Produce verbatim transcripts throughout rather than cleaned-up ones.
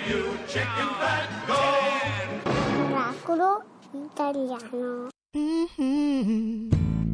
you chicken fat, go! Oracolo italiano. Mm-hmm.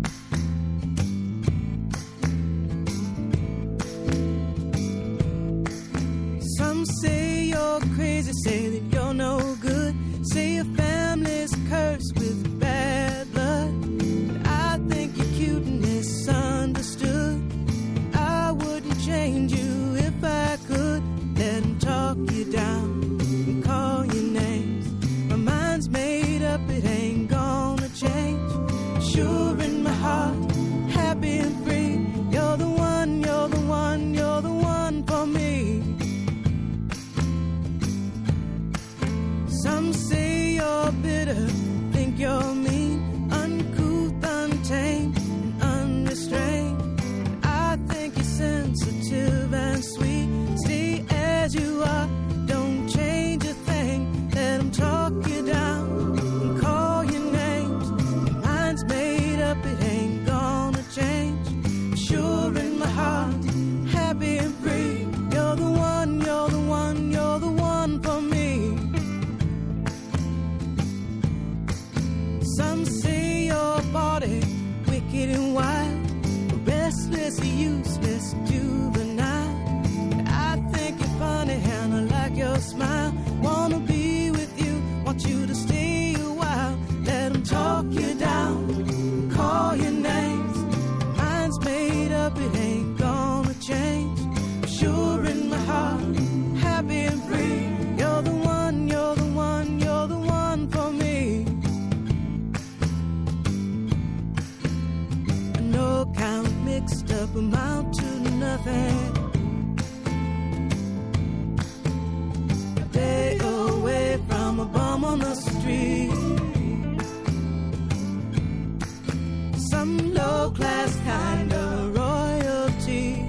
Some say you're crazy, say that you're no good, say your family's cursed with bad blood. But I think you're cute and misunderstood. I wouldn't change you if I could. Let them talk you down and call you names. My mind's made up, it ain't gonna change. Sure in my heart, happy and free. You're the one, you're the one, you're the one for me. Some say you're bitter, think you're mean, uncouth, untamed, and unrestrained. I think you're sensitive and sweet. Stay as you are, don't change a thing. Let them talk you down and call your names. Your mind's made up, it ain't gonna change. Sure in my heart, happy and free. You're the one, you're the one, you're the one for me. Some say your body wicked and wild, restless, useless, juvenile. But I think you're funny and I like your smile. Wanna be with you, want you to stay a while. Let them talk you down, call your names. Mind's made up, it ain't gonna change. Sure in my heart, happy and free. You're the one, you're the one, you're the one for me. No count mixed up amount to nothing. A day away from a bum on the street. Some low class kind of royalty.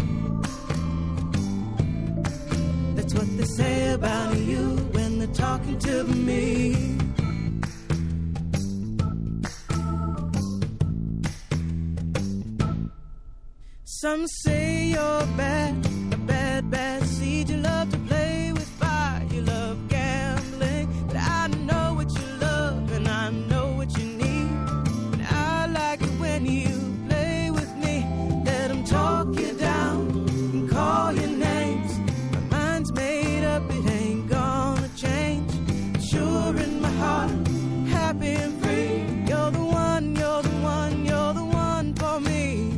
That's what they say about you when they're talking to me. Some say you're bad, a bad, bad seed. You love to play with fire, you love gambling. But I know what you love and I know what you need. And I like it when you play with me. Let them talk you down and call your names. My mind's made up, it ain't gonna change. Sure in my heart, happy and free. You're the one, you're the one, you're the one for me.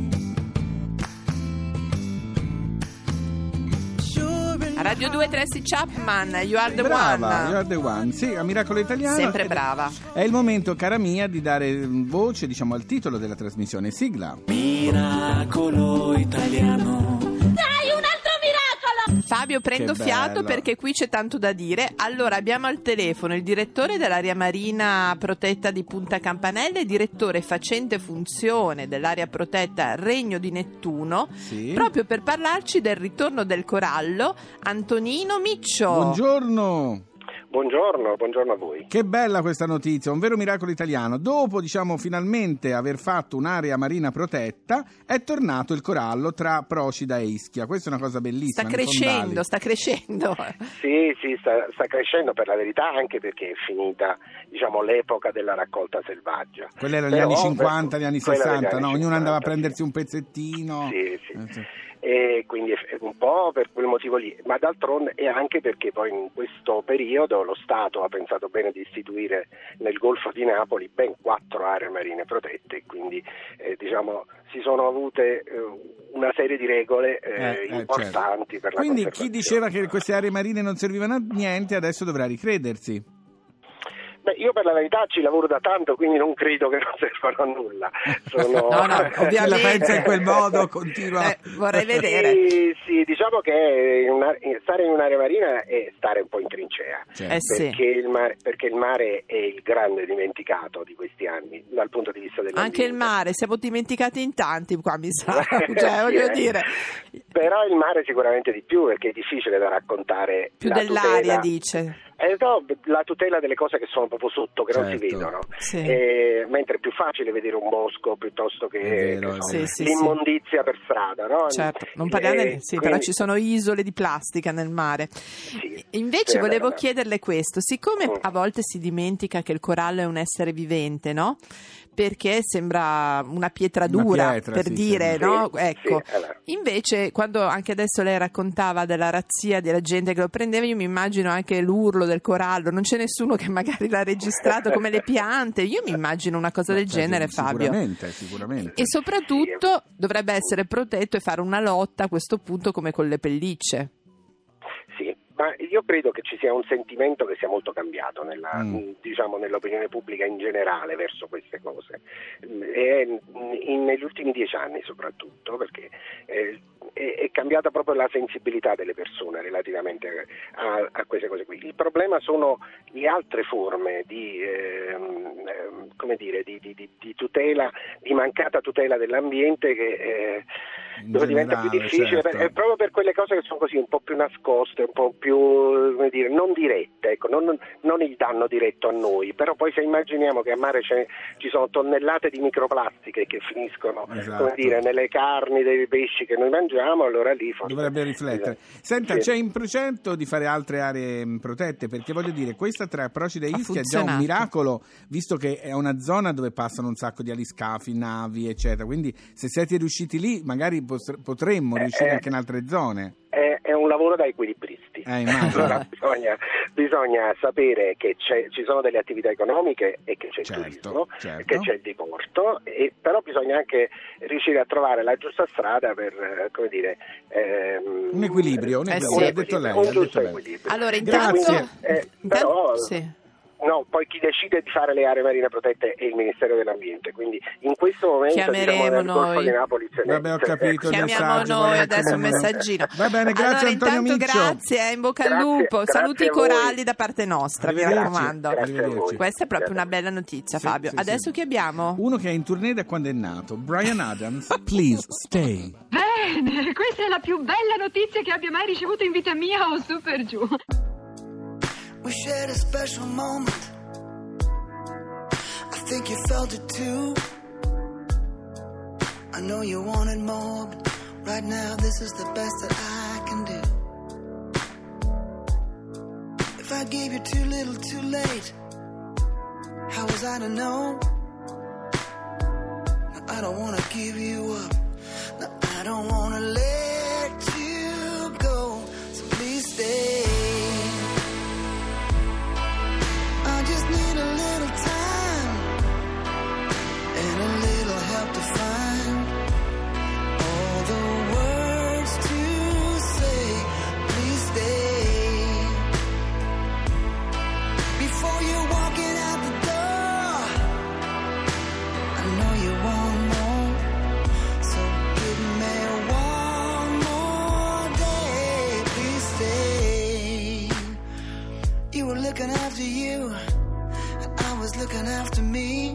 Radio due Tracy Chapman, You Are the Brava, One. You Are the One, sì, a Miracolo Italiano. Sempre brava. È il momento, cara mia, di dare voce, diciamo, al titolo della trasmissione. Sigla. Miracolo Italiano. Dai, un altro miracolo! Fabio, prendo Che fiato bello. perché qui c'è tanto da dire. Allora, abbiamo al telefono il direttore dell'area marina protetta di Punta Campanella e direttore facente funzione dell'area protetta Regno di Nettuno, Sì. proprio per parlarci del ritorno del corallo, Antonino Miccio. Buongiorno. Buongiorno, buongiorno a voi. Che bella questa notizia, un vero miracolo italiano. Dopo, diciamo, finalmente aver fatto un'area marina protetta, è tornato il corallo tra Procida e Ischia. Questa è una cosa bellissima. Sta nei crescendo, fondali. sta crescendo. Sì, sì, sta, sta crescendo per la verità, anche perché è finita, diciamo, l'epoca della raccolta selvaggia. Quelli erano gli Però, anni cinquanta, per- gli anni quella degli sessanta, anni no? Ognuno cinquanta, andava a sì. prendersi un pezzettino. Sì, sì. Eh, sì. E quindi è un po' per quel motivo lì, ma d'altronde è anche perché poi in questo periodo lo Stato ha pensato bene di istituire nel Golfo di Napoli ben quattro aree marine protette, quindi eh, diciamo si sono avute eh, una serie di regole eh, Eh, eh, importanti certo. per la Quindi chi conservazione. diceva che queste aree marine non servivano a niente adesso dovrà ricredersi. Beh, io per la verità ci lavoro da tanto, quindi non credo che non servano a nulla. Sono... No, no, Chi ovviamente. la pensa in quel modo continua. Eh, vorrei vedere. Sì, sì, diciamo che in una- stare in un'area marina è stare un po' in trincea, Certo. Eh sì. perché, il mare, perché il mare è il grande dimenticato di questi anni dal punto di vista dell'ambiente. Anche il mare, siamo dimenticati in tanti qua, mi sa. Sì, Cioè, voglio eh. dire. Però il mare sicuramente di più, perché è difficile da raccontare Più la dell'aria, tutela. dice. Eh, no, la tutela delle cose che sono proprio sotto, che certo. non si vedono, sì. eh, mentre è più facile vedere un bosco piuttosto che, vero, che so, sì, sì, l'immondizia sì. per strada, no? Certo, non parliamo, eh, sì, quindi... però ci sono isole di plastica nel mare. Sì, Invece sì, volevo vero, chiederle questo, siccome mm. a volte si dimentica che il corallo è un essere vivente, no? Perché sembra una pietra dura, una pietra, per sì, dire, sì. no? Sì, Ecco, sì, allora. Invece quando anche adesso lei raccontava della razzia della gente che lo prendeva, io mi immagino anche l'urlo del corallo, non c'è nessuno che magari l'ha registrato come le piante, io mi immagino una cosa del cioè, genere, sicuramente, Fabio. Sicuramente, E soprattutto dovrebbe essere protetto e fare una lotta a questo punto come con le pellicce. Sì, ma io credo che ci sia un sentimento che sia molto cambiato nella, mm. diciamo, nell'opinione pubblica in generale verso queste cose, e in, negli ultimi dieci anni soprattutto, perché eh, è, è cambiata proprio la sensibilità delle persone relativamente a, a queste cose qui. Il problema sono le altre forme di, eh, come dire, di, di, di, di tutela, di mancata tutela dell'ambiente che eh, dove diventa più difficile, certo. per, proprio per quelle cose che sono così un po' più nascoste, un po' più, come dire, non dirette, ecco, non, non il danno diretto a noi, però poi se immaginiamo che a mare c'è, ci sono tonnellate di microplastiche che finiscono, esatto. come dire, nelle carni dei pesci che noi mangiamo, allora lì forse dovrebbe riflettere. Senta, sì. c'è in progetto di fare altre aree protette, perché voglio dire, questa tra Procida e Ischia è già un miracolo, visto che è una zona dove passano un sacco di aliscafi, navi, eccetera, quindi se siete riusciti lì magari potremmo riuscire eh, anche in altre zone. È, è un lavoro da equilibristi. Eh, immagino. Allora bisogna, bisogna sapere che c'è, ci sono delle attività economiche e che c'è certo, il turismo, certo. che c'è il diporto, e, però bisogna anche riuscire a trovare la giusta strada per, come dire, ehm, un equilibrio, un eh equilibrio, sì. ha detto lei, un ha giusto detto lei. equilibrio. Allora, intanto, Grazie. Eh, intanto però, sì. No, poi chi decide di fare le aree marine protette è il Ministero dell'Ambiente, quindi in questo momento chiameremo diciamo, nel Golfo noi. di Napoli ce n'è. Vabbè, ho capito il Chiamiamo messaggio, noi poi adesso un anche- messaggino. Va bene, grazie allora, Antonio intanto Miccio. grazie, eh, in bocca al Grazie, lupo. grazie Saluti i a voi. coralli da parte nostra, mi Arrivederci. raccomando. Grazie a voi. Questa è proprio una bella notizia, Sì, Fabio. sì, Adesso sì. chi abbiamo? Uno che è in tournée da quando è nato, Bryan Adams, Please Stay. Bene, questa è la più bella notizia che abbia mai ricevuto in vita mia o su per giù. We shared a special moment. I think you felt it too. I know you wanted more, but right now this is the best that I can do. If I gave you too little too late, how was I to know? No, I don't wanna give you up. No, I don't wanna let you go. So please stay. I just need a little time and a little help to find all the words to say. Please stay. Before you're walking out the door, I know you want more, so give me one more day. Please stay. You were looking after you, and I was looking after me.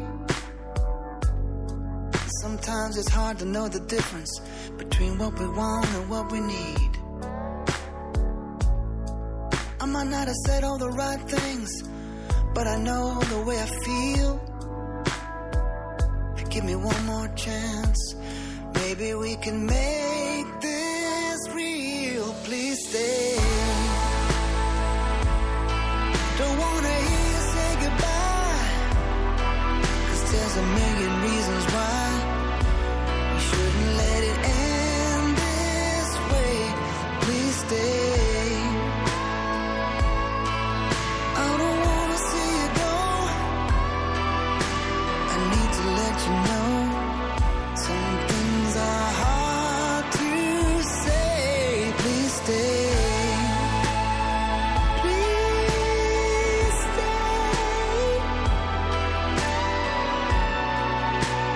Sometimes it's hard to know the difference between what we want and what we need. I might not have said all the right things, but I know the way I feel. If you give me one more chance, maybe we can make this real. Please stay. Don't wanna hear you say goodbye, 'cause there's a million reasons why we shouldn't let it end this way. Please stay. I don't wanna see you go. I need to let you know some things are hard to say. Please stay. Please stay.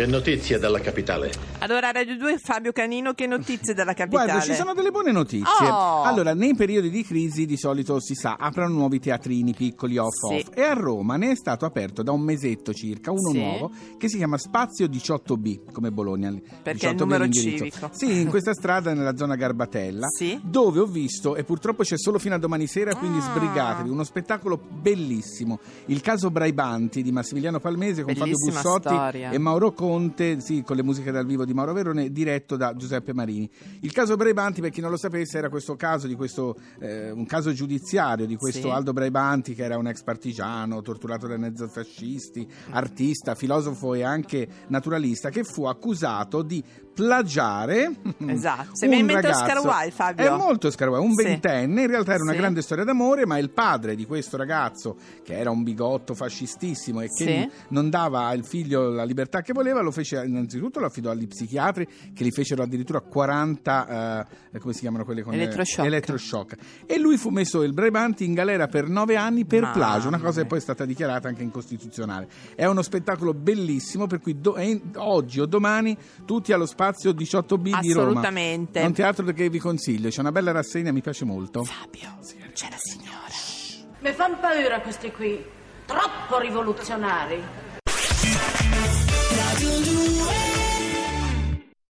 Che notizie dalla capitale? Allora, Radio due, Fabio Canino, che notizie dalla capitale? Guarda, ci sono delle buone notizie. Oh! Allora, nei periodi di crisi di solito si sa, aprono nuovi teatrini piccoli off-off. Sì. E a Roma ne è stato aperto da un mesetto circa uno Sì. nuovo che si chiama Spazio diciotto B, come Bologna. Perché è il diciotto B numero l'indirizzo. civico. Sì, in questa strada nella zona Garbatella, Sì. dove ho visto, e purtroppo c'è solo fino a domani sera, quindi Ah. sbrigatevi, uno spettacolo bellissimo. Il caso Braibanti di Massimiliano Palmese con Bellissima Fabio Bussotti storia. e Mauro Conte, sì, con le musiche dal vivo di Mauro Verone, diretto da Giuseppe Marini. Il caso Braibanti, per chi non lo sapesse, era questo caso di questo eh, un caso giudiziario di questo Sì. Aldo Braibanti, che era un ex partigiano torturato dai nazifascisti, artista, filosofo e anche naturalista, che fu accusato di plagiare Esatto. Se un mi invento ragazzo. Oscar Wilde, Fabio. È molto Oscar Wilde, un Sì. ventenne, in realtà era una Sì. grande storia d'amore, ma il padre di questo ragazzo, che era un bigotto fascistissimo e che Sì. non dava al figlio la libertà che voleva, lo fece, innanzitutto lo affidò agli psichiatri, che gli fecero addirittura quaranta eh, come si chiamano quelle con Elettroshock. elettroshock. E lui fu messo, il Braibanti, in galera per nove anni per Mamma plagio, una cosa mia. che poi è stata dichiarata anche incostituzionale. È uno spettacolo bellissimo, per cui do- è- oggi o domani tutti allo Spazio diciotto B di Roma. Assolutamente. È un teatro che vi consiglio, c'è una bella rassegna, mi piace molto. Fabio, c'è la signora. Mi fanno paura questi qui, troppo rivoluzionari. Radio due